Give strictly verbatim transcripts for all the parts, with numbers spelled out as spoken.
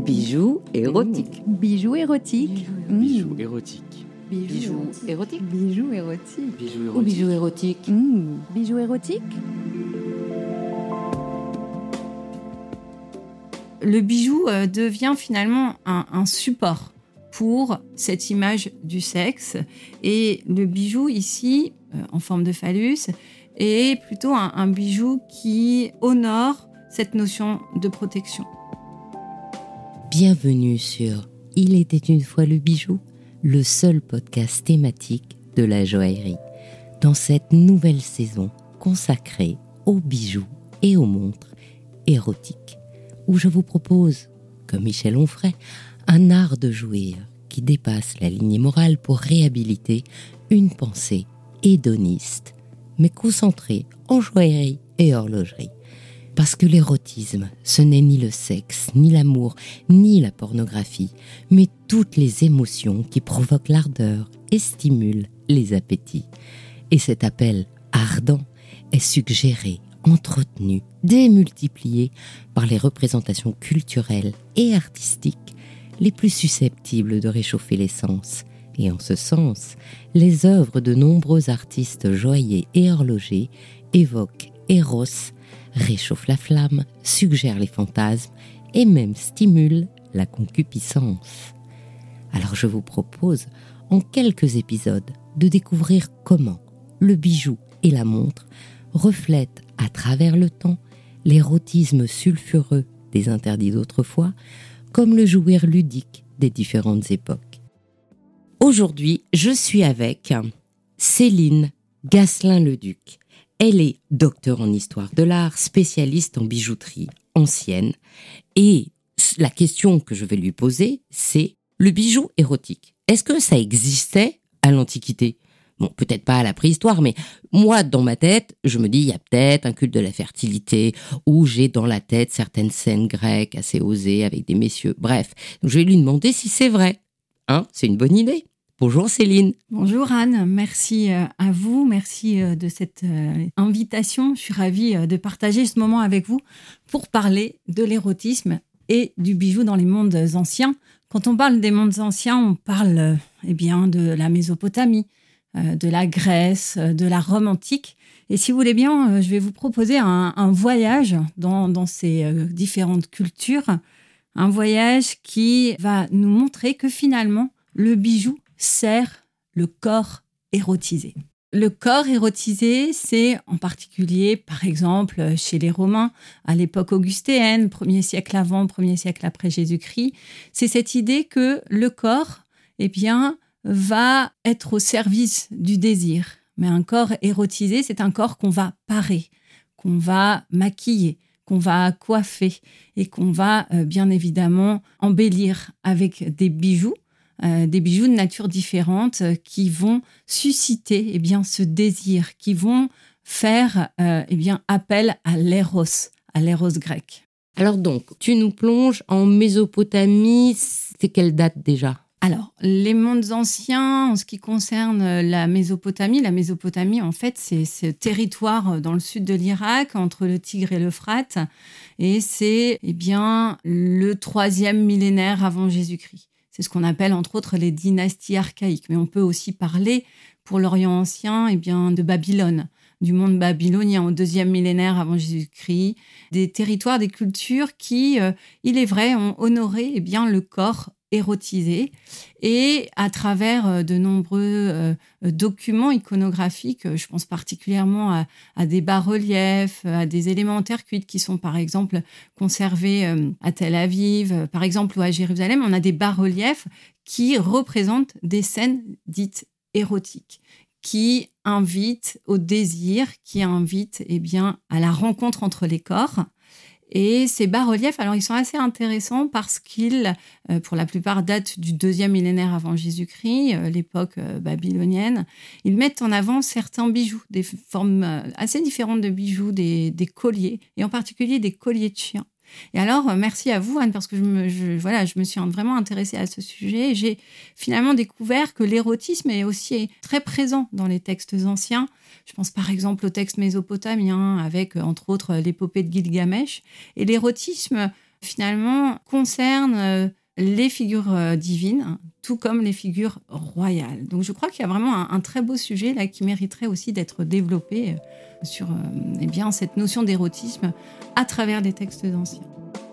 Bijoux érotiques. Mmh. Bijoux érotiques. Bijoux érotiques. Bijoux érotiques. Bijoux érotiques. Bijoux Ou érotiques. bijoux érotiques. Mmh. Bijoux érotiques. Le bijou euh, devient finalement un, un support pour cette image du sexe. Et le bijou ici, euh, en forme de phallus, est plutôt un, un bijou qui honore cette notion de protection. Bienvenue sur Il était une fois le bijou, le seul podcast thématique de la joaillerie. Dans cette nouvelle saison consacrée aux bijoux et aux montres érotiques, où je vous propose, comme Michel Onfray, un art de jouir qui dépasse la lignée morale pour réhabiliter une pensée hédoniste, mais concentrée en joaillerie et horlogerie. Parce que l'érotisme, ce n'est ni le sexe, ni l'amour, ni la pornographie, mais toutes les émotions qui provoquent l'ardeur et stimulent les appétits. Et cet appel ardent est suggéré, entretenu, démultiplié par les représentations culturelles et artistiques les plus susceptibles de réchauffer les sens. Et en ce sens, les œuvres de nombreux artistes joailliers et horlogers évoquent Eros, réchauffent la flamme, suggèrent les fantasmes et même stimulent la concupiscence. Alors je vous propose, en quelques épisodes, de découvrir comment le bijou et la montre reflètent à travers le temps l'érotisme sulfureux des interdits d'autrefois, comme le jouir ludique des différentes époques. Aujourd'hui, je suis avec Céline Gasselin-Leduc. Elle est docteure en histoire de l'art, spécialiste en bijouterie ancienne. Et la question que je vais lui poser, c'est le bijou érotique. Est-ce que ça existait à l'Antiquité ? Bon, peut-être pas à la préhistoire, mais moi, dans ma tête, je me dis, il y a peut-être un culte de la fertilité, ou j'ai dans la tête certaines scènes grecques assez osées avec des messieurs. Bref, je vais lui demander si c'est vrai. Hein, c'est une bonne idée. Bonjour Céline. Bonjour Anne, merci à vous, merci de cette invitation. Je suis ravie de partager ce moment avec vous pour parler de l'érotisme et du bijou dans les mondes anciens. Quand on parle des mondes anciens, on parle eh bien, de la Mésopotamie, de la Grèce, de la Rome antique. Et si vous voulez bien, je vais vous proposer un, un voyage dans, dans ces différentes cultures, un voyage qui va nous montrer que finalement, le bijou sert le corps érotisé. Le corps érotisé, c'est en particulier, par exemple, chez les Romains, à l'époque augustéenne, premier siècle avant, premier siècle après Jésus-Christ, c'est cette idée que le corps, eh bien, va être au service du désir. Mais un corps érotisé, c'est un corps qu'on va parer, qu'on va maquiller, qu'on va coiffer et qu'on va euh, bien évidemment embellir avec des bijoux. Euh, des bijoux de nature différente euh, qui vont susciter eh bien, ce désir, qui vont faire euh, eh bien, appel à l'éros, à l'éros grec. Alors donc, tu nous plonges en Mésopotamie, c'est quelle date déjà ? Alors, les mondes anciens, en ce qui concerne la Mésopotamie, la Mésopotamie, en fait, c'est ce territoire dans le sud de l'Irak, entre le Tigre et l'Euphrate, et c'est eh bien, le troisième millénaire avant Jésus-Christ. C'est ce qu'on appelle, entre autres, les dynasties archaïques. Mais on peut aussi parler, pour l'Orient ancien, eh bien, de Babylone, du monde babylonien au deuxième millénaire avant Jésus-Christ, des territoires, des cultures qui, euh, il est vrai, ont honoré eh bien, le corps érotisé. Et à travers de nombreux euh, documents iconographiques, je pense particulièrement à, à des bas-reliefs, à des éléments en terre cuite qui sont par exemple conservés euh, à Tel Aviv, par exemple, ou à Jérusalem, on a des bas-reliefs qui représentent des scènes dites érotiques, qui invitent au désir, qui invitent eh bien, à la rencontre entre les corps. Et ces bas-reliefs, alors ils sont assez intéressants parce qu'ils, euh, pour la plupart, datent du deuxième millénaire avant Jésus-Christ, euh, l'époque euh, babylonienne. Ils mettent en avant certains bijoux, des formes euh, assez différentes de bijoux, des, des colliers, et en particulier des colliers de chiens. Et alors, euh, merci à vous, Anne, parce que je me, je, voilà, je me suis vraiment intéressée à ce sujet. Et j'ai finalement découvert que l'érotisme est aussi très présent dans les textes anciens. Je pense par exemple au texte mésopotamien, avec, entre autres, l'épopée de Gilgamesh. Et l'érotisme finalement, concerne euh, les figures euh, divines, tout comme les figures royales. Donc je crois qu'il y a vraiment un, un très beau sujet là qui mériterait aussi d'être développé euh, sur euh, eh bien, cette notion d'érotisme à travers les textes anciens.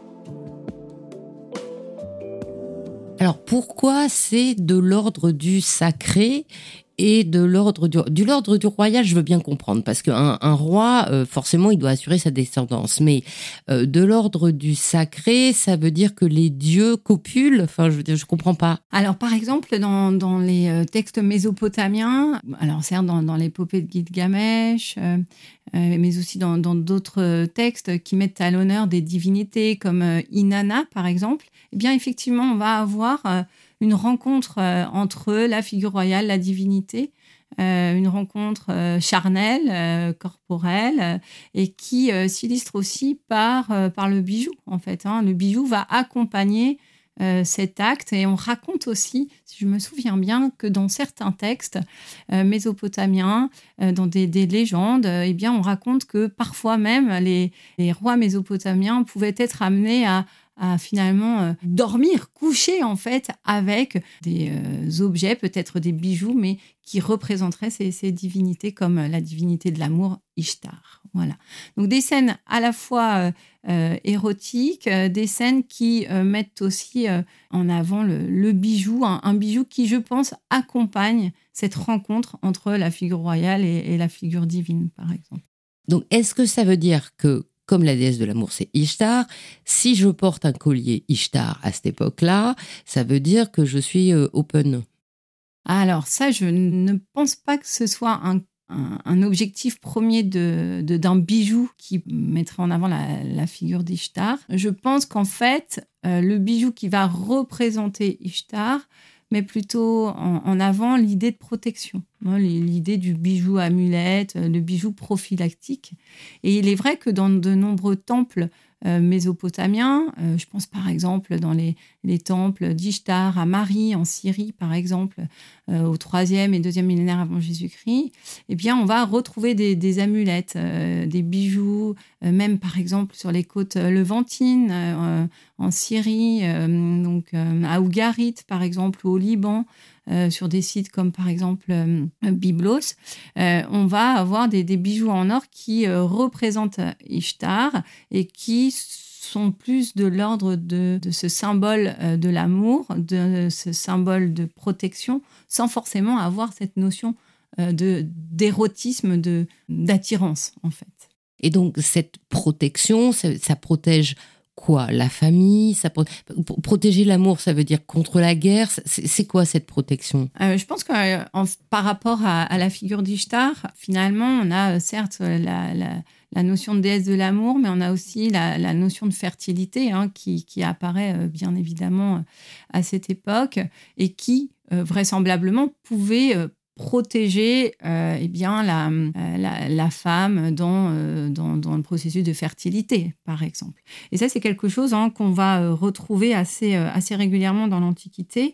Alors pourquoi c'est de l'ordre du sacré et de l'ordre du, du l'ordre du royal, je veux bien comprendre, parce qu'un un roi, euh, forcément, il doit assurer sa descendance. Mais euh, de l'ordre du sacré, ça veut dire que les dieux copulent. Enfin, je veux dire, je comprends pas. Alors, par exemple, dans, dans les textes mésopotamiens, alors certes dans, dans l'épopée de Gilgamesh, euh, euh, mais aussi dans, dans d'autres textes qui mettent à l'honneur des divinités comme euh, Inanna, par exemple, eh bien, effectivement, on va avoir euh, une rencontre euh, entre la figure royale, la divinité, euh, une rencontre euh, charnelle, euh, corporelle, euh, et qui euh, s'illustre aussi par, euh, par le bijou, en fait. Hein. Le bijou va accompagner euh, cet acte, et on raconte aussi, si je me souviens bien, que dans certains textes euh, mésopotamiens, euh, dans des, des légendes, euh, eh bien, on raconte que parfois même les, les rois mésopotamiens pouvaient être amenés à à finalement euh, dormir, coucher en fait avec des euh, objets, peut-être des bijoux, mais qui représenteraient ces, ces divinités comme la divinité de l'amour, Ishtar. Voilà. Donc des scènes à la fois euh, euh, érotiques, euh, des scènes qui euh, mettent aussi euh, en avant le, le bijou, un, un bijou qui, je pense, accompagne cette rencontre entre la figure royale et, et la figure divine, par exemple. Donc, est-ce que ça veut dire que, comme la déesse de l'amour, c'est Ishtar, si je porte un collier Ishtar à cette époque-là, ça veut dire que je suis euh, open? Alors ça, je ne pense pas que ce soit un, un, un objectif premier de, de, d'un bijou qui mettrait en avant la, la figure d'Ishtar. Je pense qu'en fait, euh, le bijou qui va représenter Ishtar met plutôt en, en avant l'idée de protection, hein, l'idée du bijou amulette, le bijou prophylactique. Et il est vrai que dans de nombreux temples euh, mésopotamiens, euh, je pense par exemple dans les, les temples d'Ishtar à Mari en Syrie, par exemple, euh, au troisième et deuxième millénaire avant Jésus-Christ, eh bien, on va retrouver des, des amulettes, euh, des bijoux, euh, même par exemple sur les côtes levantines, euh, en Syrie, euh, donc euh, à Ougarit, par exemple, ou au Liban, euh, sur des sites comme par exemple euh, Byblos, euh, on va avoir des, des bijoux en or qui euh, représentent Ishtar et qui sont plus de l'ordre de, de ce symbole euh, de l'amour, de ce symbole de protection, sans forcément avoir cette notion euh, de, d'érotisme, de, d'attirance, en fait. Et donc, cette protection, ça, ça protège quoi? La famille? Ça pro- protéger l'amour, ça veut dire contre la guerre? C'est, c'est quoi cette protection? euh, Je pense que euh, en, par rapport à, à la figure d'Ishtar, finalement, on a euh, certes la, la, la notion de déesse de l'amour, mais on a aussi la, la notion de fertilité hein, qui, qui apparaît euh, bien évidemment euh, à cette époque et qui, euh, vraisemblablement, pouvait euh, protéger euh, eh bien, la, la, la femme dans, euh, dans, dans le processus de fertilité, par exemple. Et ça, c'est quelque chose hein, qu'on va euh, retrouver assez, euh, assez régulièrement dans l'Antiquité.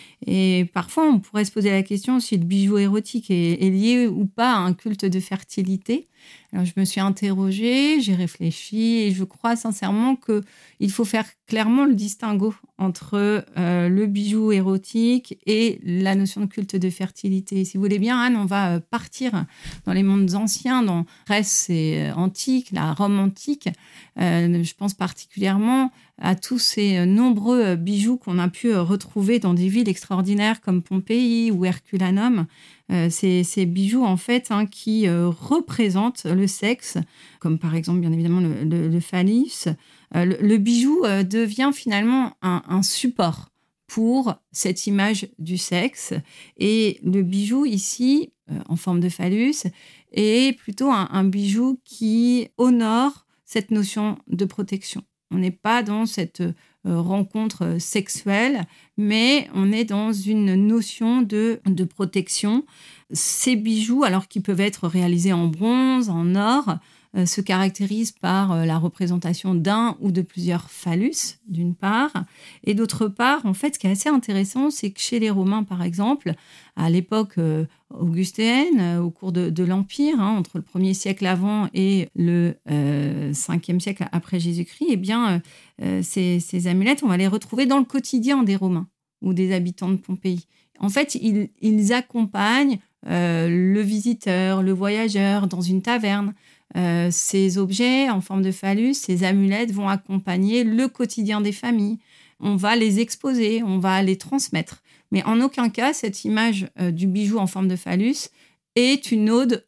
Et parfois, on pourrait se poser la question si le bijou érotique est, est lié ou pas à un culte de fertilité. Alors, je me suis interrogée, j'ai réfléchi et je crois sincèrement qu'il faut faire clairement le distinguo entre euh, le bijou érotique et la notion de culte de fertilité. Si vous voulez bien, Anne, on va partir dans les mondes anciens, dans Grèce et antique, la Rome antique. Euh, je pense particulièrement à tous ces nombreux bijoux qu'on a pu retrouver dans des villes extraordinaires comme Pompéi ou Herculanum. Euh, ces, ces bijoux, en fait, hein, qui euh, représentent le sexe, comme par exemple, bien évidemment, le, le, le phallus. Euh, le, le bijou euh, devient finalement un, un support pour cette image du sexe. Et le bijou, ici, euh, en forme de phallus, est plutôt un, un bijou qui honore cette notion de protection. On n'est pas dans cette euh, rencontre sexuelle, mais on est dans une notion de, de protection. Ces bijoux, alors qu'ils peuvent être réalisés en bronze, en or, euh, se caractérise par euh, la représentation d'un ou de plusieurs phallus, d'une part. Et d'autre part, en fait, ce qui est assez intéressant, c'est que chez les Romains, par exemple, à l'époque euh, augustéenne, euh, au cours de, de l'Empire, hein, entre le premier siècle avant et le euh, cinquième siècle après Jésus-Christ, eh bien, euh, ces, ces amulettes, on va les retrouver dans le quotidien des Romains ou des habitants de Pompéi. En fait, ils, ils accompagnent euh, le visiteur, le voyageur dans une taverne. Euh, ces objets en forme de phallus, ces amulettes vont accompagner le quotidien des familles. On va les exposer, on va les transmettre. Mais en aucun cas, cette image euh, du bijou en forme de phallus est une ode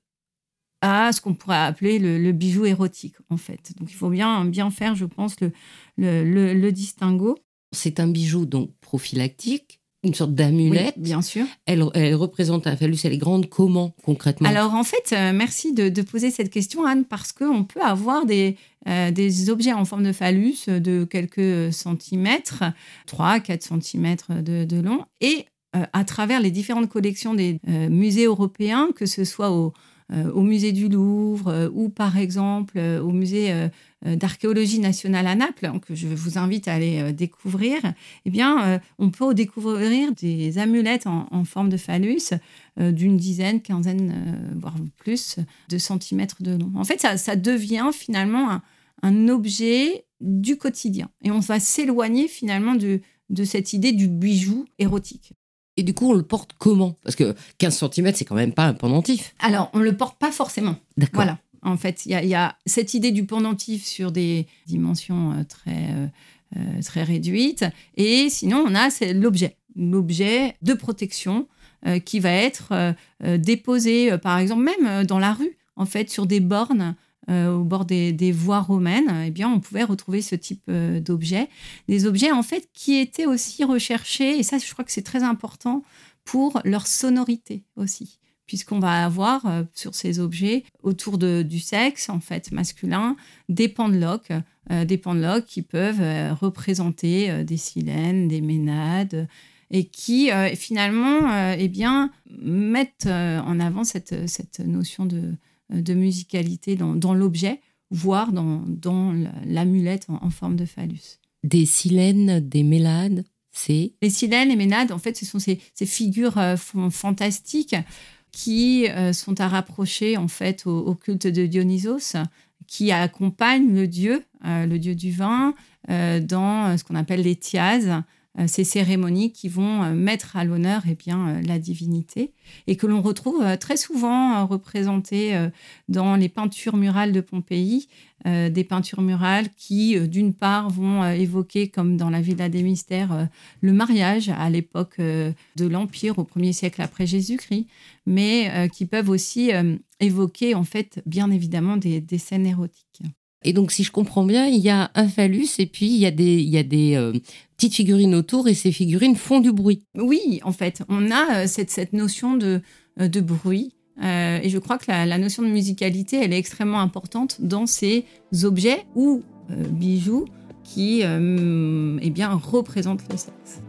à ce qu'on pourrait appeler le, le bijou érotique, en fait. Donc, il faut bien, bien faire, je pense, le, le, le, le distinguo. C'est un bijou donc prophylactique, une sorte d'amulette. Oui, bien sûr. Elle, elle représente un phallus, elle est grande comment, concrètement ? Alors, en fait, euh, merci de, de poser cette question, Anne, parce qu'on peut avoir des, euh, des objets en forme de phallus de quelques centimètres, trois à quatre centimètres de, de long, et euh, à travers les différentes collections des euh, musées européens, que ce soit au, euh, au musée du Louvre euh, ou, par exemple, euh, au musée euh, d'archéologie nationale à Naples, que je vous invite à aller euh, découvrir, eh bien, euh, on peut découvrir des amulettes en, en forme de phallus euh, d'une dizaine, quinzaine, euh, voire plus de centimètres de long. En fait, ça, ça devient finalement un, un objet du quotidien. Et on va s'éloigner finalement de, de cette idée du bijou érotique. Et du coup, on le porte comment ? Parce que quinze centimètres, c'est quand même pas un pendentif. Alors, on ne le porte pas forcément. D'accord. Voilà. En fait, il y, y a cette idée du pendentif sur des dimensions euh, très, euh, très réduites. Et sinon, on a c'est l'objet. L'objet de protection euh, qui va être euh, déposé, euh, par exemple, même dans la rue, en fait, sur des bornes, euh, au bord des, des voies romaines. Eh bien, on pouvait retrouver ce type euh, d'objets. Des objets, en fait, qui étaient aussi recherchés, et ça, je crois que c'est très important, pour leur sonorité aussi. Puisqu'on va avoir euh, sur ces objets, autour de, du sexe, en fait, masculin, des pendeloques, euh, des pendeloques qui peuvent euh, représenter euh, des silènes, des ménades, et qui, euh, finalement, euh, eh bien, mettent euh, en avant cette, cette notion de, de musicalité dans, dans l'objet, voire dans, dans l'amulette en, en forme de phallus. Des silènes, des mélades, c'est... Les silènes et ménades, en fait, ce sont ces, ces figures euh, f- fantastiques qui euh, sont à rapprocher en fait au, au culte de Dionysos, qui accompagne le dieu, euh, le dieu du vin, euh, dans ce qu'on appelle les thiases, euh, ces cérémonies qui vont euh, mettre à l'honneur eh bien, euh, la divinité, et que l'on retrouve euh, très souvent euh, représentées euh, dans les peintures murales de Pompéi, euh, des peintures murales qui, euh, d'une part, vont euh, évoquer, comme dans la Villa des Mystères, euh, le mariage à l'époque euh, de l'Empire, au premier siècle après Jésus-Christ, mais euh, qui peuvent aussi euh, évoquer, en fait, bien évidemment, des, des scènes érotiques. Et donc, si je comprends bien, il y a un phallus et puis il y a des, il y a des euh, petites figurines autour et ces figurines font du bruit. Oui, en fait, on a euh, cette, cette notion de, euh, de bruit. Euh, et je crois que la, la notion de musicalité, elle est extrêmement importante dans ces objets ou euh, bijoux qui euh, eh bien, représentent le sexe.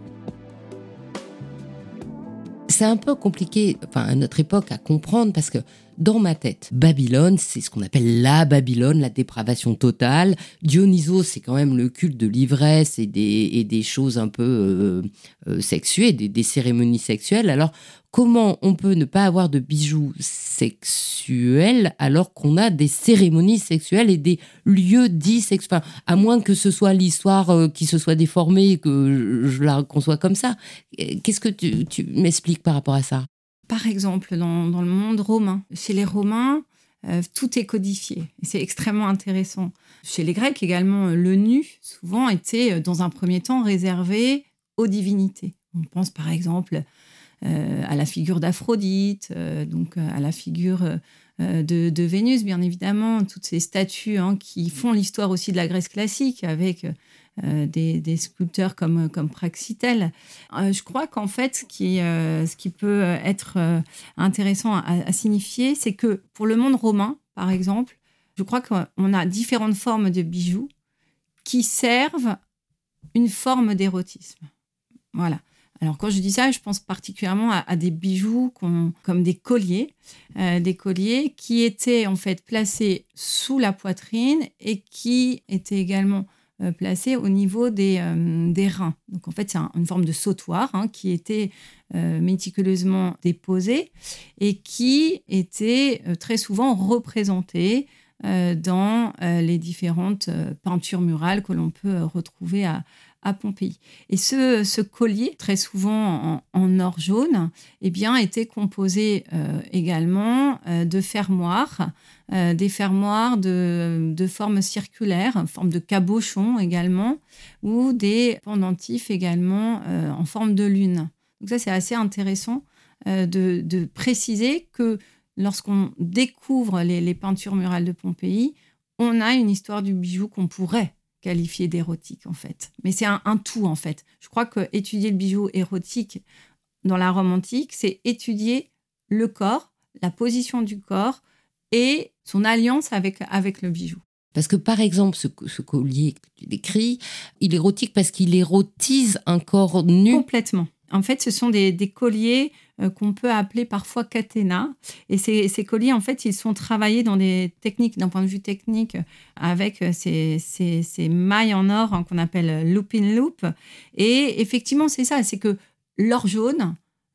C'est un peu compliqué, enfin, à notre époque, à comprendre parce que dans ma tête, Babylone, c'est ce qu'on appelle la Babylone, la dépravation totale. Dionysos, c'est quand même le culte de l'ivresse et des, et des choses un peu euh, euh, sexuées, des, des cérémonies sexuelles. Alors, comment on peut ne pas avoir de bijoux sexuels alors qu'on a des cérémonies sexuelles et des lieux dits sexuels, enfin, à moins que ce soit l'histoire euh, qui se soit déformée et que je, je la conçois comme ça. Qu'est-ce que tu, tu m'expliques par rapport à ça ? Par exemple, dans, dans le monde romain, chez les Romains, euh, tout est codifié. Et c'est extrêmement intéressant. Chez les Grecs également, le nu, souvent, était dans un premier temps réservé aux divinités. On pense par exemple euh, à la figure d'Aphrodite, euh, donc à la figure euh, de, de Vénus, bien évidemment, toutes ces statues hein, qui font l'histoire aussi de la Grèce classique, avec euh, des, des sculpteurs comme, comme Praxitèle. Euh, je crois qu'en fait, ce qui, euh, ce qui peut être euh, intéressant à, à signifier, c'est que pour le monde romain, par exemple, je crois qu'on a différentes formes de bijoux qui servent une forme d'érotisme. Voilà. Alors, quand je dis ça, je pense particulièrement à, à des bijoux qu'on- comme des colliers, euh, des colliers qui étaient en fait placés sous la poitrine et qui étaient également euh, placés au niveau des, euh, des reins. Donc, en fait, c'est un- une forme de sautoir hein, qui était euh, méticuleusement déposé et qui était euh, très souvent représenté euh, dans euh, les différentes euh, peintures murales que l'on peut euh, retrouver à, à Pompéi. Et ce, ce collier, très souvent en, en or jaune, eh bien, était composé euh, également euh, de fermoirs, euh, des fermoirs de, de forme circulaire, en forme de cabochon également, ou des pendentifs également euh, en forme de lune. Donc ça, c'est assez intéressant euh, de, de préciser que lorsqu'on découvre les, les peintures murales de Pompéi, on a une histoire du bijou qu'on pourrait qualifié d'érotique, en fait. Mais c'est un, un tout, en fait. Je crois que étudier le bijou érotique dans la Rome antique, c'est étudier le corps, la position du corps et son alliance avec, avec le bijou. Parce que, par exemple, ce, ce collier que tu décris, il est érotique parce qu'il érotise un corps nu. Complètement. En fait, ce sont des, des colliers euh, qu'on peut appeler parfois catena. Et ces, ces colliers, en fait, ils sont travaillés dans des techniques, d'un point de vue technique, avec ces, ces, ces mailles en or hein, qu'on appelle loop in loop. Et effectivement, c'est ça, c'est que l'or jaune,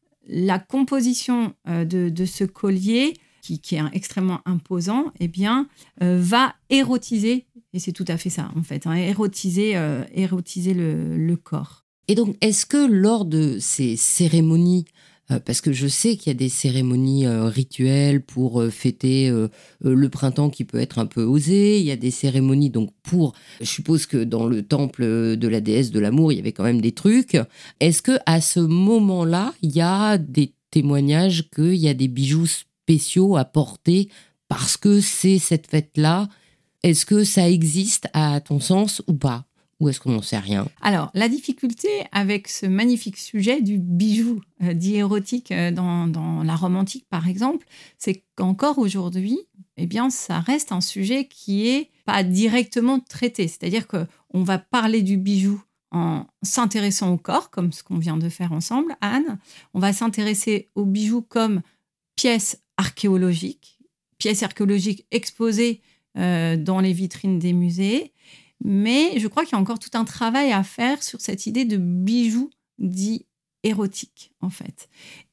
la composition euh, de, de ce collier, qui, qui est un, extrêmement imposant, eh bien, euh, va érotiser, et c'est tout à fait ça, en fait, hein, érotiser, euh, érotiser le, le corps. Et donc, est-ce que lors de ces cérémonies, euh, parce que je sais qu'il y a des cérémonies euh, rituelles pour euh, fêter euh, euh, le printemps qui peut être un peu osé, il y a des cérémonies donc pour, je suppose que dans le temple de la déesse de l'amour, il y avait quand même des trucs. Est-ce que à ce moment-là, il y a des témoignages qu'il y a des bijoux spéciaux à porter parce que c'est cette fête-là? Est-ce que ça existe à ton sens ou pas? Ou est-ce qu'on n'en sait rien? Alors, la difficulté avec ce magnifique sujet du bijou euh, dit érotique euh, dans, dans la Rome antique, par exemple, c'est qu'encore aujourd'hui, eh bien, ça reste un sujet qui est pas directement traité. C'est-à-dire qu'on va parler du bijou en s'intéressant au corps, comme ce qu'on vient de faire ensemble, Anne. On va s'intéresser au bijou comme pièce archéologique, pièce archéologique exposée euh, dans les vitrines des musées. Mais je crois qu'il y a encore tout un travail à faire sur cette idée de bijou dit érotique, en fait.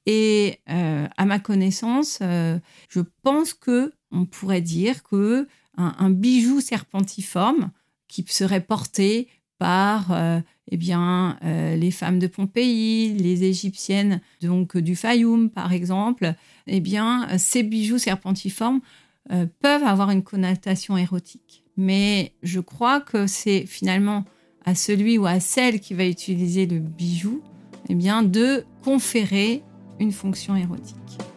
Et euh, à ma connaissance, euh, je pense qu'on pourrait dire qu'un un bijou serpentiforme qui serait porté par euh, eh bien, euh, les femmes de Pompéi, les Égyptiennes donc, du Fayoum, par exemple, eh bien, ces bijoux serpentiformes euh, peuvent avoir une connotation érotique. Mais je crois que c'est finalement à celui ou à celle qui va utiliser le bijou eh bien, de conférer une fonction érotique.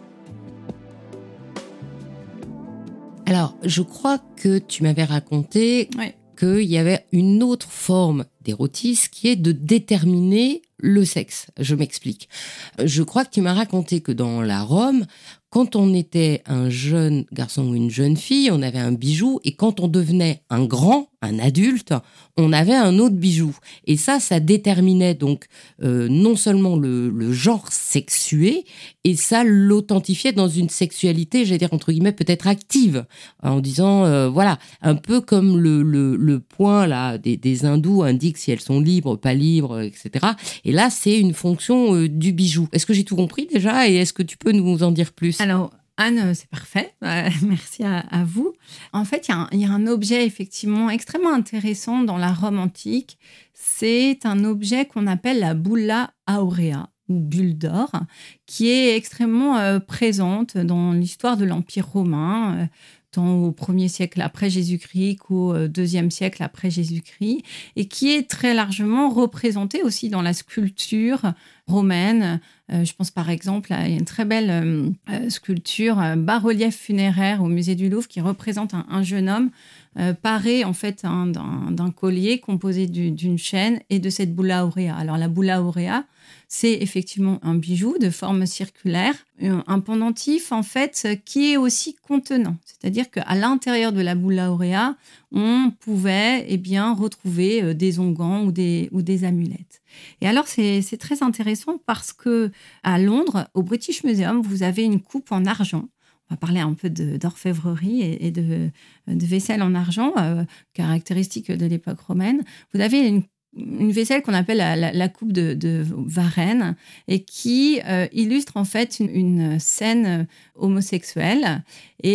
Alors, je crois que tu m'avais raconté Ouais. qu'il y avait une autre forme d'érotisme qui est de déterminer le sexe. Je m'explique. Je crois que tu m'as raconté que dans la Rome, quand on était un jeune garçon ou une jeune fille, on avait un bijou, et quand on devenait un grand, un adulte, on avait un autre bijou. Et ça, ça déterminait donc euh, non seulement le, le genre sexué, et ça l'authentifiait dans une sexualité, j'allais dire entre guillemets, peut-être active, en disant, euh, voilà, un peu comme le, le, le point là des, des hindous indique si elles sont libres, pas libres, et cetera. Et là, c'est une fonction euh, du bijou. Est-ce que j'ai tout compris déjà, et est-ce que tu peux nous en dire plus? Alors, Anne, c'est parfait. Euh, merci à, à vous. En fait, il y, y a un objet effectivement extrêmement intéressant dans la Rome antique. C'est un objet qu'on appelle la bulla aurea, ou bulle d'or, qui est extrêmement euh, présente dans l'histoire de l'Empire romain, euh, tant au premier siècle après Jésus-Christ qu'au deuxième siècle après Jésus-Christ, et qui est très largement représentée aussi dans la sculpture romaine. Euh, je pense par exemple à une très belle euh, sculpture, euh, bas-relief funéraire au musée du Louvre, qui représente un, un jeune homme euh, paré en fait hein, d'un, d'un collier composé du, d'une chaîne et de cette bulla aurea. Alors la bulla aurea, c'est effectivement un bijou de forme circulaire, un pendentif en fait qui est aussi contenant. C'est-à-dire qu'à l'intérieur de la bulla aurea, on pouvait eh bien, retrouver euh, des onguents ou des, ou des amulettes. Et alors, c'est, c'est très intéressant parce qu'à Londres, au British Museum, vous avez une coupe en argent. On va parler un peu de, d'orfèvrerie et, et de, de vaisselle en argent, euh, caractéristique de l'époque romaine. Vous avez une une vaisselle qu'on appelle la, la, la coupe de, de Varenne et qui euh, illustre en fait une, une scène homosexuelle.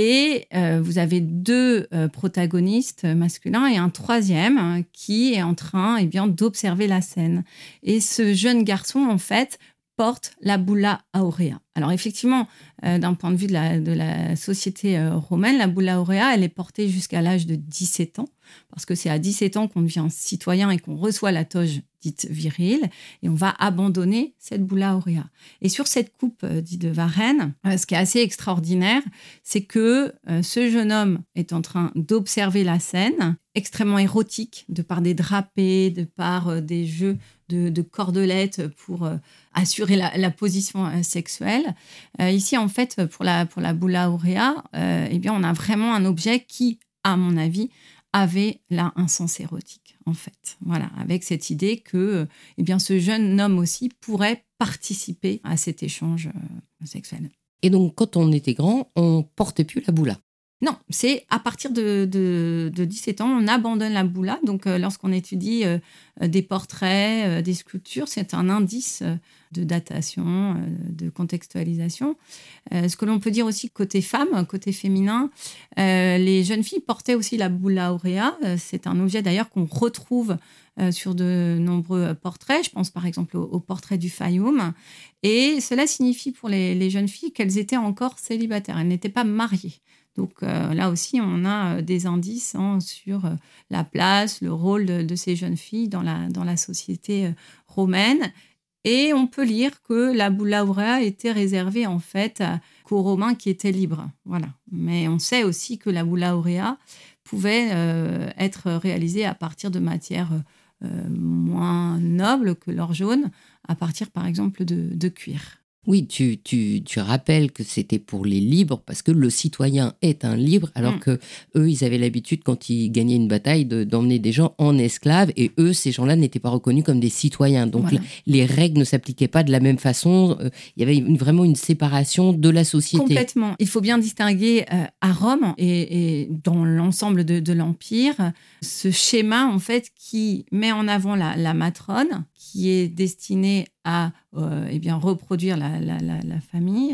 Et euh, vous avez deux euh, protagonistes masculins et un troisième hein, qui est en train eh bien, d'observer la scène. Et ce jeune garçon, en fait, porte la bulla aurea. Alors effectivement, euh, d'un point de vue de la, de la société euh, romaine, la bulla aurea, elle est portée jusqu'à l'âge de dix-sept ans, parce que c'est à dix-sept ans qu'on devient citoyen et qu'on reçoit la toge dite virile, et on va abandonner cette bulla aurea. Et sur cette coupe euh, dite de Varenne, euh, ce qui est assez extraordinaire, c'est que euh, ce jeune homme est en train d'observer la scène, extrêmement érotique, de par des drapés, de par euh, des jeux de, de cordelettes pour euh, assurer la, la position euh, sexuelle. Euh, ici, en fait, pour la, pour la bulla aurea, euh, eh bien, on a vraiment un objet qui, à mon avis, avait là un sens érotique, en fait. Voilà, avec cette idée que eh bien, ce jeune homme aussi pourrait participer à cet échange euh, sexuel. Et donc, quand on était grand, on portait plus la bulla. Non, c'est à partir de, de, de dix-sept ans, on abandonne la bulla. Donc, euh, lorsqu'on étudie euh, des portraits, euh, des sculptures, c'est un indice euh, de datation, euh, de contextualisation. Euh, ce que l'on peut dire aussi côté femme, côté féminin, euh, les jeunes filles portaient aussi la bulla aurea. Euh, c'est un objet d'ailleurs qu'on retrouve euh, sur de nombreux portraits. Je pense par exemple au, au portrait du Fayoum. Et cela signifie pour les, les jeunes filles qu'elles étaient encore célibataires. Elles n'étaient pas mariées. Donc euh, là aussi, on a euh, des indices hein, sur euh, la place, le rôle de, de ces jeunes filles dans la, dans la société euh, romaine. Et on peut lire que la bulla aurea était réservée en fait à, qu'aux Romains qui étaient libres. Voilà. Mais on sait aussi que la bulla aurea pouvait euh, être réalisée à partir de matières euh, moins nobles que l'or jaune, à partir par exemple de, de cuir. Oui, tu, tu, tu rappelles que c'était pour les libres, parce que le citoyen est un libre, alors mmh. que eux, ils avaient l'habitude, quand ils gagnaient une bataille, de, d'emmener des gens en esclaves, et eux, ces gens-là n'étaient pas reconnus comme des citoyens. Donc, voilà. les, les règles ne s'appliquaient pas de la même façon. Euh, il y avait une, vraiment une séparation de la société. Complètement. Il faut bien distinguer euh, à Rome et, et dans l'ensemble de, de l'Empire, ce schéma, en fait, qui met en avant la, la matrone, qui est destinée à euh, eh bien, reproduire la, la, la, la famille,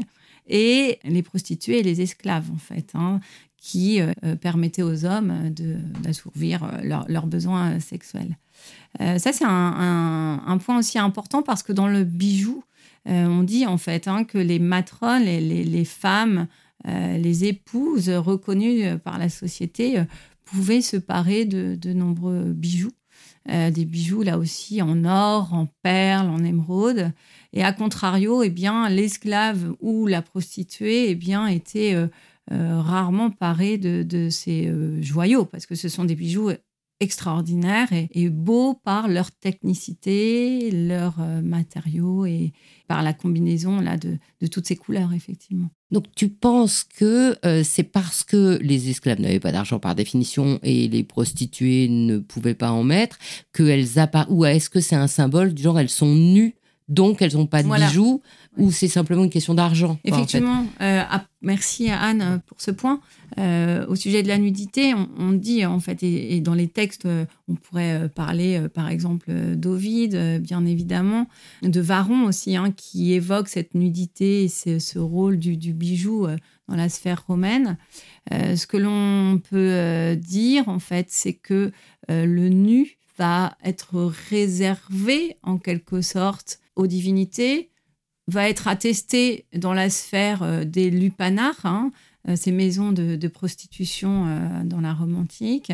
et les prostituées et les esclaves, en fait, hein, qui euh, permettaient aux hommes de, d'assouvir leur, leurs besoins sexuels. Euh, ça, c'est un, un, un point aussi important parce que dans le bijou, euh, on dit en fait hein, que les matrones, les, les, les femmes, euh, les épouses reconnues par la société euh, pouvaient se parer de, de nombreux bijoux. Euh, des bijoux là aussi en or, en perles, en émeraude. Et à contrario, eh bien, l'esclave ou la prostituée eh bien, était euh, euh, rarement parée de, de ces euh, joyaux, parce que ce sont des bijoux extraordinaires et, et beaux par leur technicité, leurs euh, matériaux et par la combinaison là, de, de toutes ces couleurs, effectivement. Donc, tu penses que euh, c'est parce que les esclaves n'avaient pas d'argent par définition et les prostituées ne pouvaient pas en mettre, qu'elles apparaissent, ou est-ce que c'est un symbole du genre elles sont nues, donc elles n'ont pas de voilà. bijoux, oui. ou c'est simplement une question d'argent? Effectivement. En fait. euh, ah, merci Anne pour ce point. Euh, au sujet de la nudité, on, on dit en fait, et, et dans les textes, on pourrait parler euh, par exemple d'Ovide, euh, bien évidemment, de Varron aussi, hein, qui évoque cette nudité et ce, ce rôle du, du bijou euh, dans la sphère romaine. Euh, ce que l'on peut euh, dire, en fait, c'est que euh, le nu va être réservé en quelque sorte aux divinités, va être attesté dans la sphère euh, des lupanars, hein, euh, ces maisons de, de prostitution euh, dans la Rome antique.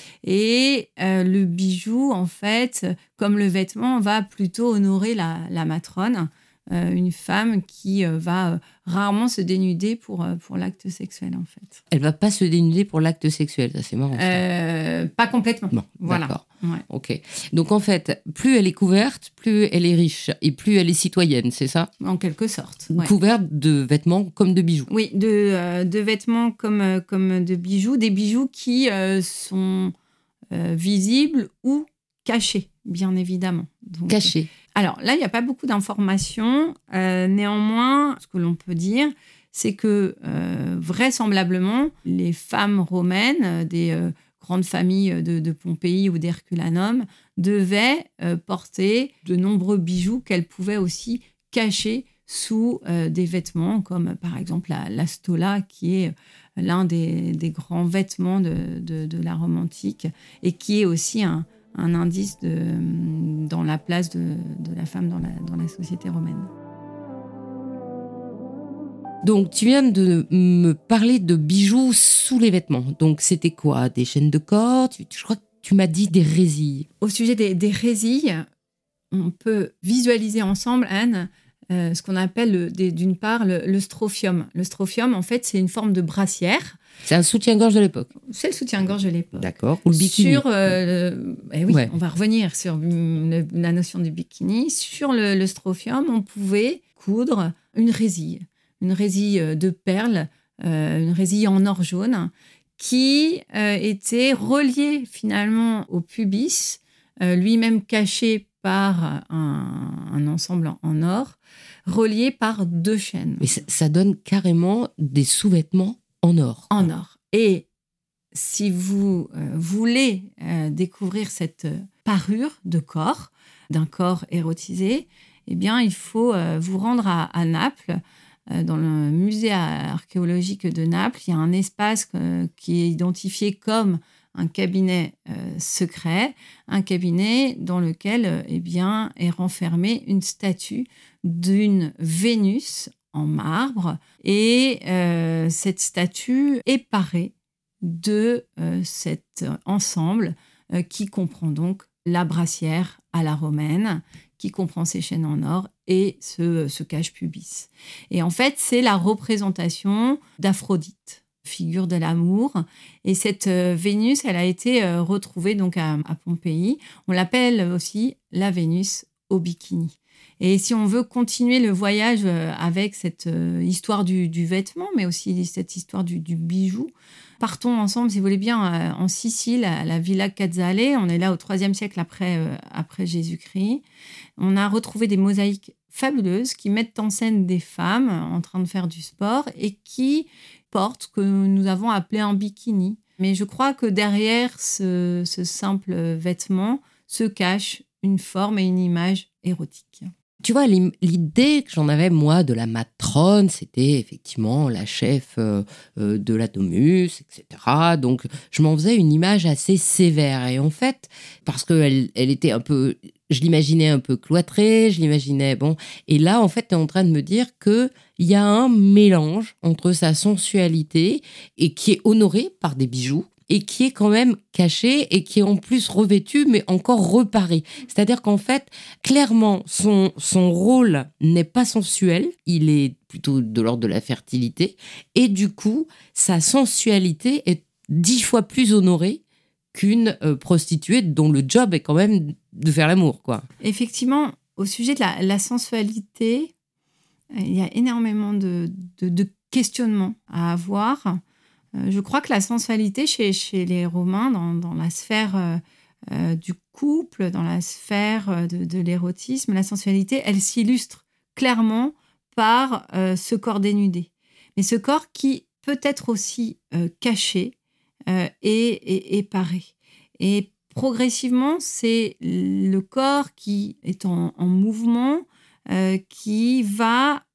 Et euh, le bijou, en fait, comme le vêtement, va plutôt honorer la, la matrone, euh, une femme qui euh, va euh, rarement se dénuder pour, euh, pour l'acte sexuel, en fait. Elle ne va pas se dénuder pour l'acte sexuel, ça c'est marrant. Euh, pas complètement. Bon, voilà. D'accord. Ouais. Ok. Donc en fait, plus elle est couverte, plus elle est riche et plus elle est citoyenne, c'est ça? En quelque sorte. Ouais. Couverte de vêtements comme de bijoux. Oui, de, euh, de vêtements comme, euh, comme de bijoux, des bijoux qui euh, sont euh, visible ou caché, bien évidemment. Donc, Caché. Alors là, il n'y a pas beaucoup d'informations. Euh, néanmoins, ce que l'on peut dire, c'est que euh, vraisemblablement, les femmes romaines des euh, grandes familles de, de Pompéi ou d'Herculanum devaient euh, porter de nombreux bijoux qu'elles pouvaient aussi cacher sous euh, des vêtements, comme par exemple la, la stola, qui est l'un des, des grands vêtements de, de, de la Rome antique et qui est aussi un, un indice de, dans la place de, de la femme dans la, dans la société romaine. Donc, tu viens de me parler de bijoux sous les vêtements. Donc, c'était quoi? Des chaînes de cordes? Je crois que tu m'as dit des résilles. Au sujet des, des résilles, on peut visualiser ensemble, Anne, euh, ce qu'on appelle le, des, d'une part le, le strophium. Le strophium, en fait, c'est une forme de brassière. C'est un soutien-gorge de l'époque. C'est le soutien-gorge de l'époque. D'accord. Ou le bikini. Sur, euh, le, eh oui, Ouais. on va revenir sur le, la notion du bikini. Sur le, le strophium, on pouvait coudre une résille. Une résille de perles, euh, une résille en or jaune, qui euh, était reliée finalement au pubis, euh, lui-même caché par un, un ensemble en, en or, relié par deux chaînes. Mais ça, ça donne carrément des sous-vêtements en or. En or. Et si vous euh, voulez euh, découvrir cette parure de corps, d'un corps érotisé, eh bien, il faut euh, vous rendre à, à Naples. Dans le musée archéologique de Naples, il y a un espace qui est identifié comme un cabinet euh, secret, un cabinet dans lequel eh bien, est renfermée une statue d'une Vénus en marbre. Et euh, cette statue est parée de euh, cet ensemble euh, qui comprend donc la brassière à la romaine, qui comprend ses chaînes en or et ce, ce cache-pubis. Et en fait, c'est la représentation d'Aphrodite, figure de l'amour. Et cette euh, Vénus, elle a été euh, retrouvée donc à, à Pompéi. On l'appelle aussi la Vénus au bikini. Et si on veut continuer le voyage euh, avec cette euh, histoire du, du vêtement, mais aussi cette histoire du, du bijou, partons ensemble, si vous voulez bien, euh, en Sicile, à la Villa Cazzale. On est là au troisième siècle après, euh, après Jésus-Christ. On a retrouvé des mosaïques fabuleuses qui mettent en scène des femmes en train de faire du sport et qui portent ce que nous avons appelé un bikini. Mais je crois que derrière ce, ce simple vêtement se cache une forme et une image érotique. Tu vois, l'idée que j'en avais, moi, de la matrone, c'était effectivement la chef euh, euh, de la domus, et cetera. Donc, je m'en faisais une image assez sévère. Et en fait, parce qu'elle elle était un peu... Je l'imaginais un peu cloîtrée, je l'imaginais... Bon. Et là, en fait, tu es en train de me dire qu'il y a un mélange entre sa sensualité et qui est honorée par des bijoux, et qui est quand même caché et qui est en plus revêtu, mais encore reparé. C'est-à-dire qu'en fait, clairement, son, son rôle n'est pas sensuel, il est plutôt de l'ordre de la fertilité, et du coup, sa sensualité est dix fois plus honorée qu'une euh, prostituée dont le job est quand même de faire l'amour, quoi. Effectivement, au sujet de la, la sensualité, il y a énormément de, de, de questionnements à avoir. Je crois que la sensualité chez, chez les Romains, dans, dans la sphère euh, euh, du couple, dans la sphère de, de l'érotisme, la sensualité, elle s'illustre clairement par euh, ce corps dénudé. Mais ce corps qui peut être aussi euh, caché euh, et, et, et paré. Et progressivement, c'est le corps qui est en, en mouvement, euh, qui va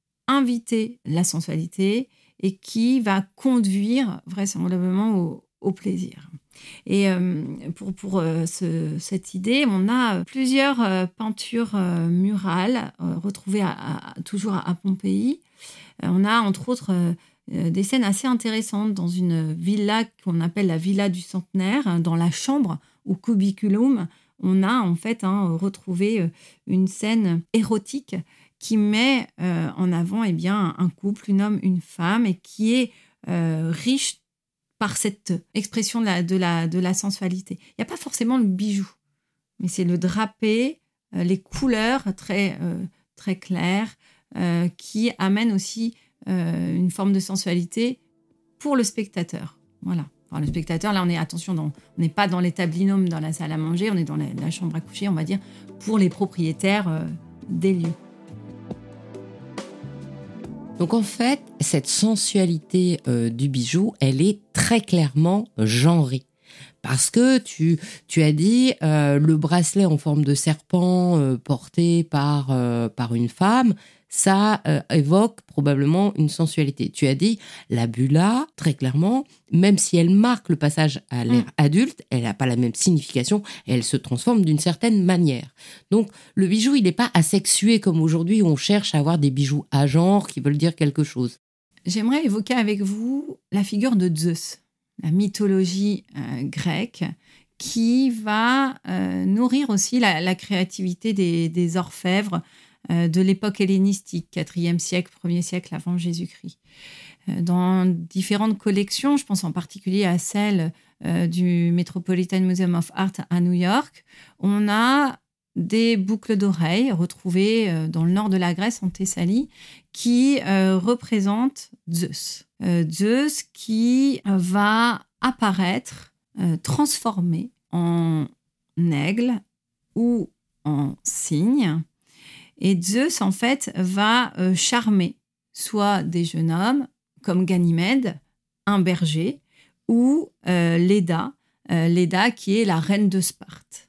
inviter la sensualité et qui va conduire vraisemblablement au, au plaisir. Et euh, pour, pour euh, ce, cette idée, on a plusieurs euh, peintures euh, murales euh, retrouvées à, à, toujours à, à Pompéi. Euh, on a entre autres euh, des scènes assez intéressantes dans une villa qu'on appelle la villa du centenaire. Dans la chambre ou cubiculum, on a en fait hein, retrouvé une scène érotique qui met euh, en avant eh bien, un couple, un homme, une femme, et qui est euh, riche par cette expression de la, de la, de la sensualité. Il n'y a pas forcément le bijou, mais c'est le drapé, euh, les couleurs très, euh, très claires, euh, qui amènent aussi euh, une forme de sensualité pour le spectateur. Voilà. Enfin, le spectateur, là, on est, attention, dans, on n'est pas dans l'établinum, dans la salle à manger, on est dans la, la chambre à coucher, on va dire, pour les propriétaires euh, des lieux. Donc en fait, cette sensualité euh, du bijou, elle est très clairement genrée. Parce que tu, tu as dit euh, le bracelet en forme de serpent euh, porté par, euh, par une femme, ça euh, évoque probablement une sensualité. Tu as dit la bulla, très clairement, même si elle marque le passage à l'ère mmh. adulte, elle n'a pas la même signification et elle se transforme d'une certaine manière. Donc le bijou, il n'est pas asexué comme aujourd'hui où on cherche à avoir des bijoux à genre qui veulent dire quelque chose. J'aimerais évoquer avec vous la figure de Zeus, la mythologie euh, grecque, qui va euh, nourrir aussi la, la créativité des, des orfèvres euh, de l'époque hellénistique, quatrième siècle, premier siècle avant Jésus-Christ. Euh, dans différentes collections, je pense en particulier à celle euh, du Metropolitan Museum of Art à New York, on a des boucles d'oreilles retrouvées euh, dans le nord de la Grèce, en Thessalie, qui euh, représentent Zeus. Euh, Zeus qui va apparaître euh, transformé en aigle ou en cygne. Et Zeus, en fait, va euh, charmer soit des jeunes hommes comme Ganymède, un berger, ou euh, Léda, euh, Léda qui est la reine de Sparte.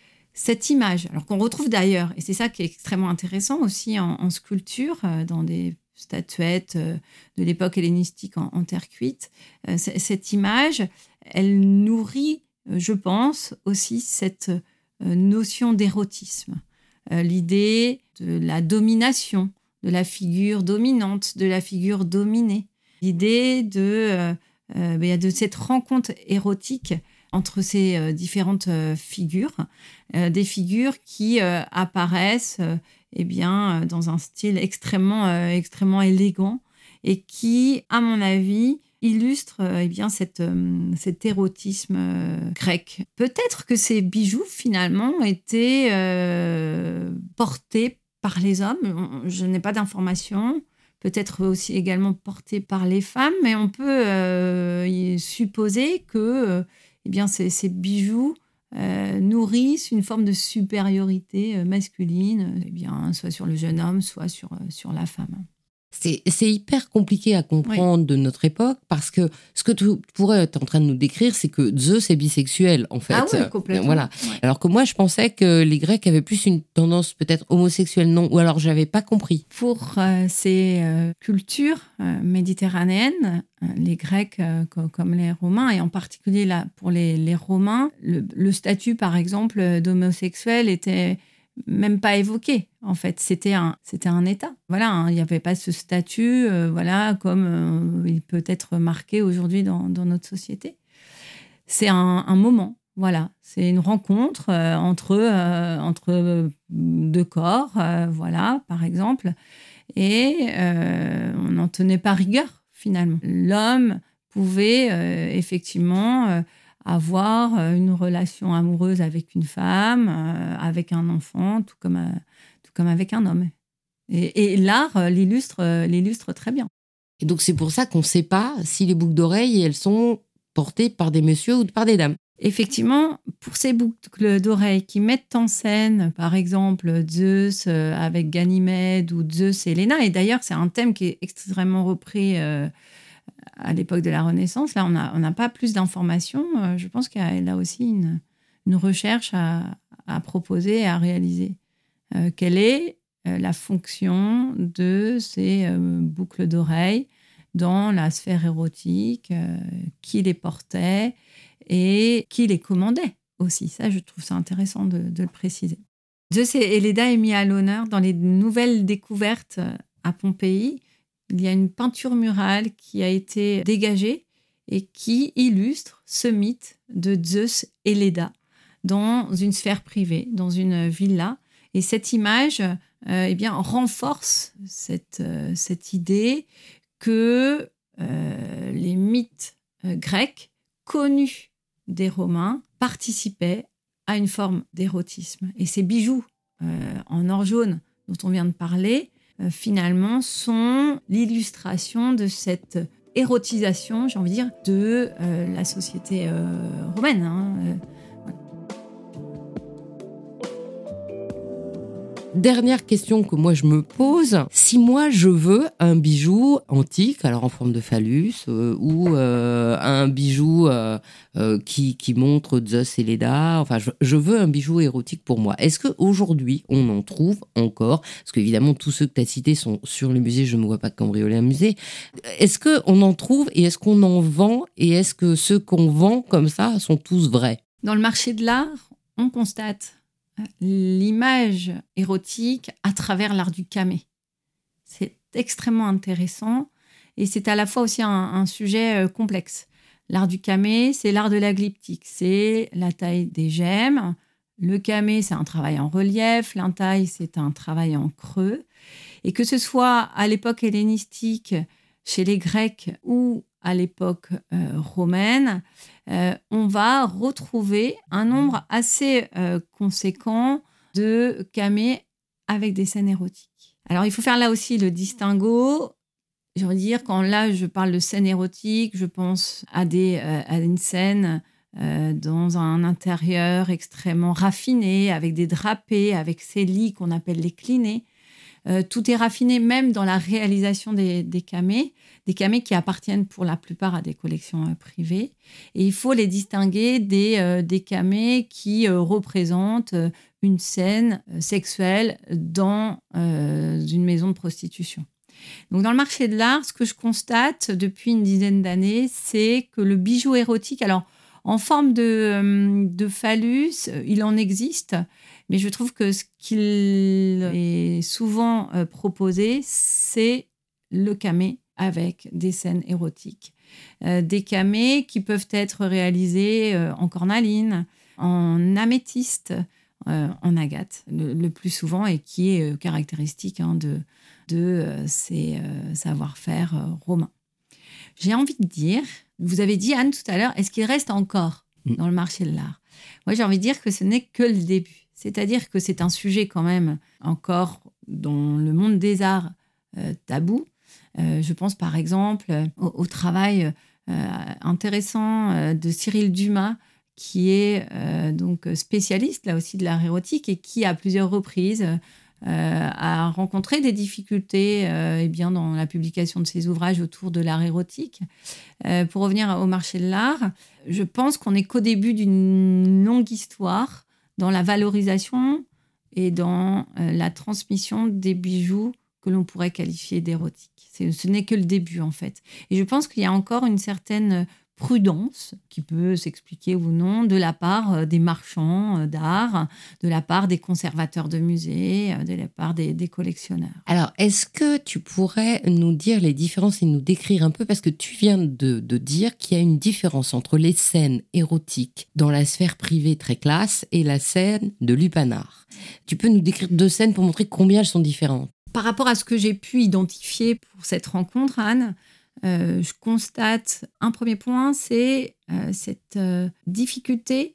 Cette image, alors qu'on retrouve d'ailleurs, et c'est ça qui est extrêmement intéressant aussi en, en sculpture, euh, dans des statuettes euh, de l'époque hellénistique en, en terre cuite, euh, c- cette image, elle nourrit, euh, je pense, aussi cette euh, notion d'érotisme. Euh, l'idée de la domination, de la figure dominante, de la figure dominée. L'idée de, euh, euh, de cette rencontre érotique entre ces euh, différentes euh, figures, euh, des figures qui euh, apparaissent euh, eh bien, euh, dans un style extrêmement, euh, extrêmement élégant et qui, à mon avis, illustre euh, eh bien, cette, euh, cet érotisme euh, grec. Peut-être que ces bijoux, finalement, étaient euh, portés par les hommes. Je n'ai pas d'informations. Peut-être aussi également portés par les femmes, mais on peut euh, supposer que euh, eh bien, ces, ces bijoux euh, nourrissent une forme de supériorité euh, masculine, eh bien, soit sur le jeune homme, soit sur, euh, sur la femme. C'est, c'est hyper compliqué à comprendre oui. de notre époque parce que ce que tu pourrais être en train de nous décrire, c'est que Zeus est bisexuel, en fait. Ah oui, complètement. Voilà. Ouais. Alors que moi, je pensais que les Grecs avaient plus une tendance peut-être homosexuelle, non, ou alors j'avais pas compris. Pour euh, ces euh, cultures euh, méditerranéennes, euh, les Grecs euh, co- comme les Romains, et en particulier là, pour les, les Romains, le, le statut, par exemple, d'homosexuel était même pas évoqué, en fait. C'était un, c'était un état. Voilà, hein, il n'y avait pas ce statut, euh, voilà, comme euh, il peut être marqué aujourd'hui dans, dans notre société. C'est un, un moment, voilà. C'est une rencontre euh, entre, euh, entre deux corps, euh, voilà, par exemple. Et euh, on n'en tenait pas rigueur, finalement. L'homme pouvait euh, effectivement... Euh, avoir une relation amoureuse avec une femme, euh, avec un enfant, tout comme, euh, tout comme avec un homme. Et, et l'art euh, l'illustre, euh, l'illustre très bien. Et donc c'est pour ça qu'on ne sait pas si les boucles d'oreilles, elles sont portées par des messieurs ou par des dames. Effectivement, pour ces boucles d'oreilles qui mettent en scène, par exemple, Zeus euh, avec Ganymède ou Zeus et Héléna, et d'ailleurs c'est un thème qui est extrêmement repris euh, à l'époque de la Renaissance, là, on n'a on n'a pas plus d'informations. Euh, je pense qu'il y a là aussi une, une recherche à, à proposer et à réaliser. Euh, quelle est euh, la fonction de ces euh, boucles d'oreilles dans la sphère érotique, euh, qui les portait et qui les commandait aussi. Ça, je trouve ça intéressant de, de le préciser. Zeus et Léda est mis à l'honneur dans les nouvelles découvertes à Pompéi. Il y a une peinture murale qui a été dégagée et qui illustre ce mythe de Zeus et Léda dans une sphère privée, dans une villa. Et cette image euh, eh bien, renforce cette, euh, cette idée que euh, les mythes euh, grecs connus des Romains participaient à une forme d'érotisme. Et ces bijoux euh, en or jaune dont on vient de parler, Euh, finalement, sont l'illustration de cet érotisation, j'ai envie de dire, de euh, la société euh, romaine. Hein, euh. Dernière question que moi je me pose, si moi je veux un bijou antique, alors en forme de phallus, euh, ou euh, un bijou euh, euh, qui, qui montre Zeus et Leda, enfin je, je veux un bijou érotique pour moi. Est-ce qu'aujourd'hui on en trouve encore? Parce qu'évidemment tous ceux que tu as cités sont sur le musée, je ne vois pas cambrioler un musée. Est-ce qu'on en trouve et est-ce qu'on en vend? Et est-ce que ceux qu'on vend comme ça sont tous vrais? Dans le marché de l'art, on constate l'image érotique à travers l'art du camée. C'est extrêmement intéressant et c'est à la fois aussi un, un sujet complexe. L'art du camée, c'est l'art de la glyptique, c'est la taille des gemmes. Le camée, c'est un travail en relief, l'intaille, c'est un travail en creux. Et que ce soit à l'époque hellénistique, chez les Grecs ou à l'époque euh, romaine, euh, on va retrouver un nombre assez euh, conséquent de camées avec des scènes érotiques. Alors, il faut faire là aussi le distinguo. Je veux dire, quand là, je parle de scènes érotiques, je pense à, des, euh, à une scène euh, dans un intérieur extrêmement raffiné, avec des drapés, avec ces lits qu'on appelle les clinés. Euh, tout est raffiné, même dans la réalisation des, des camées, des camées qui appartiennent pour la plupart à des collections euh, privées. Et il faut les distinguer des, euh, des camées qui euh, représentent euh, une scène euh, sexuelle dans euh, une maison de prostitution. Donc, dans le marché de l'art, ce que je constate depuis une dizaine d'années, c'est que le bijou érotique, alors en forme de, de phallus, il en existe. Mais je trouve que ce qu'il est souvent euh, proposé, c'est le camée avec des scènes érotiques. Euh, des camées qui peuvent être réalisées euh, en cornaline, en améthyste, euh, en agate, le, le plus souvent, et qui est euh, caractéristique hein, de, de euh, ces euh, savoir-faire euh, romains. J'ai envie de dire, vous avez dit, Anne, tout à l'heure, est-ce qu'il reste encore dans le marché de l'art? Moi, j'ai envie de dire que ce n'est que le début. C'est-à-dire que c'est un sujet quand même encore dans le monde des arts euh, tabou. Euh, je pense par exemple au, au travail euh, intéressant euh, de Cyril Dumas, qui est euh, donc spécialiste là aussi de l'art érotique et qui à plusieurs reprises euh, a rencontré des difficultés euh, eh bien, dans la publication de ses ouvrages autour de l'art érotique. Euh, pour revenir au marché de l'art, je pense qu'on n'est qu'au début d'une longue histoire dans la valorisation et dans euh, la transmission des bijoux que l'on pourrait qualifier d'érotiques. C'est, ce n'est que le début, en fait. Et je pense qu'il y a encore une certaine prudence qui peut s'expliquer ou non de la part des marchands d'art, de la part des conservateurs de musées, de la part des, des collectionneurs. Alors, est-ce que tu pourrais nous dire les différences et nous décrire un peu, parce que tu viens de, de dire qu'il y a une différence entre les scènes érotiques dans la sphère privée très classe et la scène de lupanar. Tu peux nous décrire deux scènes pour montrer combien elles sont différentes? Par rapport à ce que j'ai pu identifier pour cette rencontre, Anne, Euh, je constate un premier point, c'est euh, cette euh, difficulté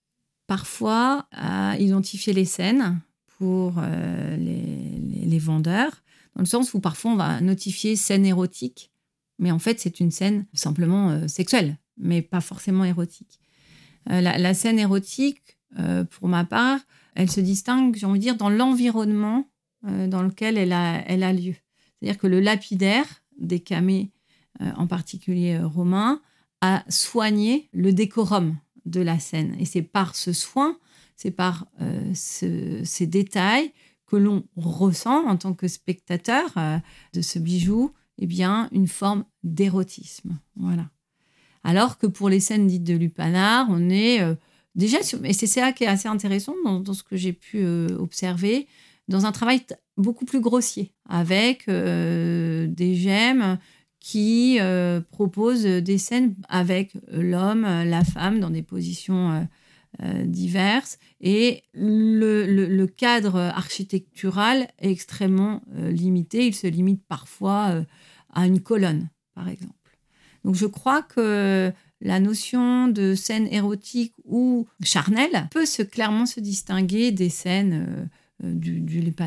parfois à identifier les scènes pour euh, les, les, les vendeurs, dans le sens où parfois on va notifier scène érotique, mais en fait c'est une scène simplement euh, sexuelle, mais pas forcément érotique. Euh, la, la scène érotique, euh, pour ma part, elle se distingue, j'ai envie de dire, dans l'environnement euh, dans lequel elle a, elle a lieu. C'est-à-dire que le lapidaire des camées, Euh, en particulier euh, romain, a soigné le décorum de la scène. Et c'est par ce soin, c'est par euh, ce, ces détails que l'on ressent en tant que spectateur euh, de ce bijou, eh bien, une forme d'érotisme. Voilà. Alors que pour les scènes dites de lupanar, on est euh, déjà, sur, et c'est ça qui est assez intéressant dans, dans ce que j'ai pu euh, observer, dans un travail t- beaucoup plus grossier, avec euh, des gemmes qui euh, propose des scènes avec l'homme, la femme, dans des positions euh, euh, diverses. Et le, le, le cadre architectural est extrêmement euh, limité. Il se limite parfois euh, à une colonne, par exemple. Donc je crois que la notion de scène érotique ou charnelle peut se, clairement se distinguer des scènes euh, du, du lupanar.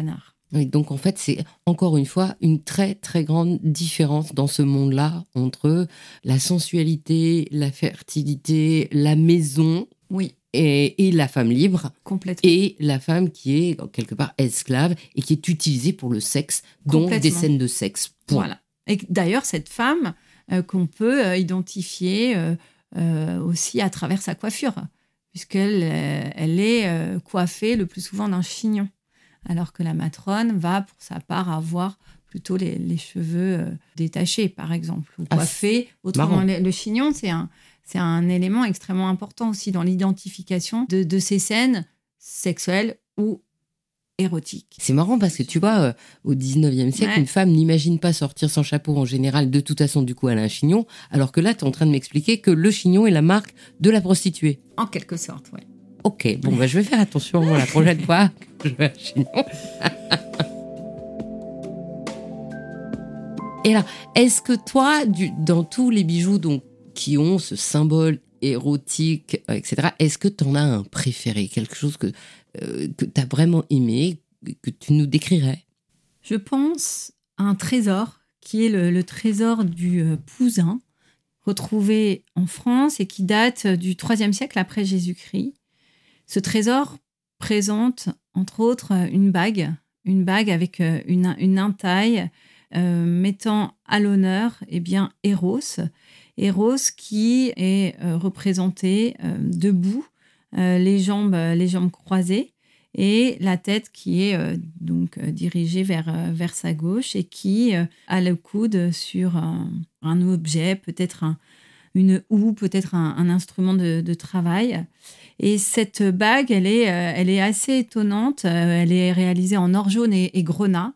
Oui, donc en fait, c'est encore une fois une très très grande différence dans ce monde-là entre la sensualité, la fertilité, la maison Oui, et, et la femme libre complètement. et la femme qui est quelque part esclave et qui est utilisée pour le sexe, donc des Complètement. scènes de sexe. Point. Voilà. Et d'ailleurs, cette femme euh, qu'on peut euh, identifier euh, euh, aussi à travers sa coiffure, puisqu'elle euh, elle est euh, coiffée le plus souvent d'un chignon, alors que la matrone va, pour sa part, avoir plutôt les, les cheveux euh, détachés, par exemple, ou Ah, coiffés. Autrement, marrant. le, le chignon, c'est un, c'est un élément extrêmement important aussi dans l'identification de, de ces scènes sexuelles ou érotiques. C'est marrant parce que tu vois, euh, au dix-neuvième siècle, Ouais. une femme n'imagine pas sortir sans chapeau en général. De toute façon, du coup, elle a un chignon. Alors que là, tu es en train de m'expliquer que le chignon est la marque de la prostituée. En quelque sorte, oui. Ok, bon, bah, je vais faire attention moi, la prochaine fois que je vais un chignon. Et là, est-ce que toi, du, dans tous les bijoux donc, qui ont ce symbole érotique, euh, et cetera, est-ce que tu en as un préféré, quelque chose que, euh, que tu as vraiment aimé, que tu nous décrirais? Je pense à un trésor qui est le, le trésor du euh, Poussin, retrouvé en France et qui date du troisième siècle après Jésus-Christ. Ce trésor présente, entre autres, une bague, une bague avec euh, une, une intaille euh, mettant à l'honneur eh bien, Eros. Eros qui est euh, représenté euh, debout, euh, les, jambes, les jambes croisées, et la tête qui est euh, donc euh, dirigée vers, euh, vers sa gauche et qui euh, a le coude sur un, un objet, peut-être un, une houe, peut-être un, un instrument de, de travail. Et cette bague, elle est, euh, elle est assez étonnante. Euh, elle est réalisée en or jaune et, et grenat.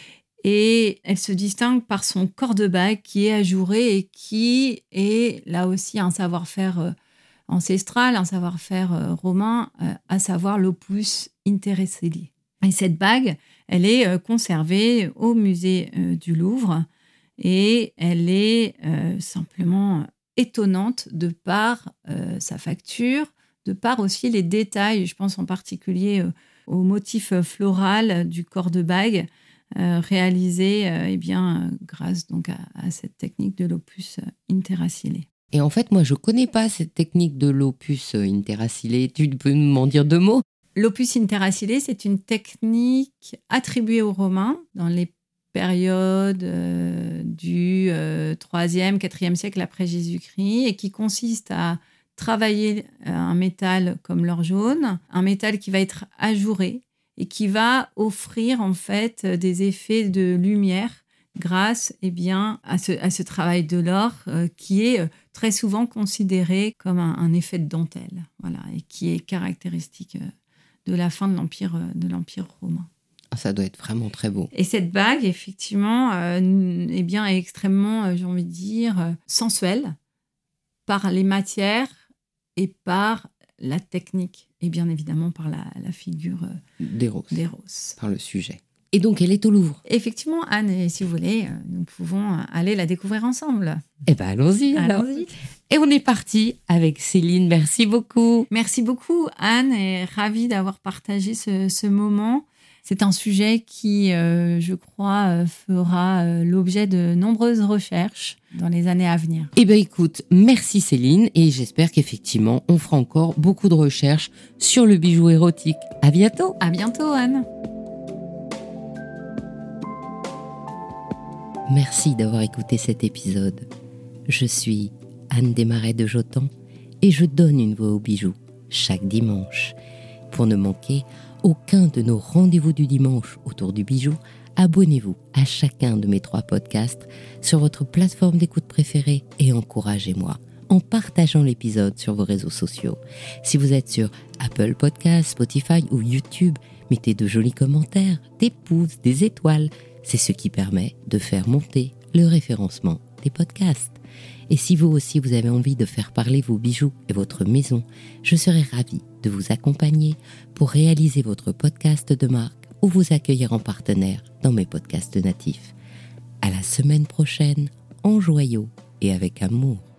Et elle se distingue par son corps de bague qui est ajouré et qui est là aussi un savoir-faire euh, ancestral, un savoir-faire euh, romain, euh, à savoir l'opus intercellé. Et cette bague, elle est euh, conservée au musée euh, du Louvre et elle est euh, simplement étonnante de par euh, sa facture, de par aussi les détails. Je pense en particulier euh, au motif floral du corps de bague, euh, réalisé euh, eh bien, euh, grâce donc à, à cette technique de l'opus intercellé. Et en fait, moi, je connais pas cette technique de l'opus intercellé. Tu peux m'en dire deux mots? L'opus intercellé, c'est une technique attribuée aux Romains dans les périodes euh, du euh, troisième, quatrième siècle après Jésus-Christ et qui consiste à travailler un métal comme l'or jaune, un métal qui va être ajouré et qui va offrir en fait des effets de lumière grâce eh bien, à, ce, à ce travail de l'or euh, qui est très souvent considéré comme un, un effet de dentelle, voilà, et qui est caractéristique euh, de la fin de l'Empire, euh, de l'Empire romain. Ça doit être vraiment très beau. Et cette bague, effectivement, euh, eh bien, est extrêmement, euh, j'ai envie de dire, euh, sensuelle par les matières et par la technique, et bien évidemment par la, la figure euh, D'Eros. d'Eros. Par le sujet. Et donc, elle est au Louvre. Effectivement, Anne, et si vous voulez, euh, nous pouvons aller la découvrir ensemble. Eh bien, allons-y alors. Allons-y. Et on est parti avec Céline. Merci beaucoup. Merci beaucoup, Anne, et ravie d'avoir partagé ce, ce moment. C'est un sujet qui, euh, je crois, fera euh, l'objet de nombreuses recherches dans les années à venir. Eh bien, écoute, merci Céline, et j'espère qu'effectivement, on fera encore beaucoup de recherches sur le bijou érotique. À bientôt. À bientôt, Anne. Merci d'avoir écouté cet épisode. Je suis Anne Desmarais de Jotan et je donne une voix aux bijoux chaque dimanche. Pour ne manquer aucun de nos rendez-vous du dimanche autour du bijou, abonnez-vous à chacun de mes trois podcasts sur votre plateforme d'écoute préférée et encouragez-moi en partageant l'épisode sur vos réseaux sociaux. Si vous êtes sur Apple Podcasts, Spotify ou YouTube, mettez de jolis commentaires, des pouces, des étoiles. C'est ce qui permet de faire monter le référencement des podcasts. Et si vous aussi vous avez envie de faire parler vos bijoux et votre maison, je serai ravie de vous accompagner pour réaliser votre podcast de marque ou vous accueillir en partenaire dans mes podcasts natifs. À la semaine prochaine, en joyau et avec amour.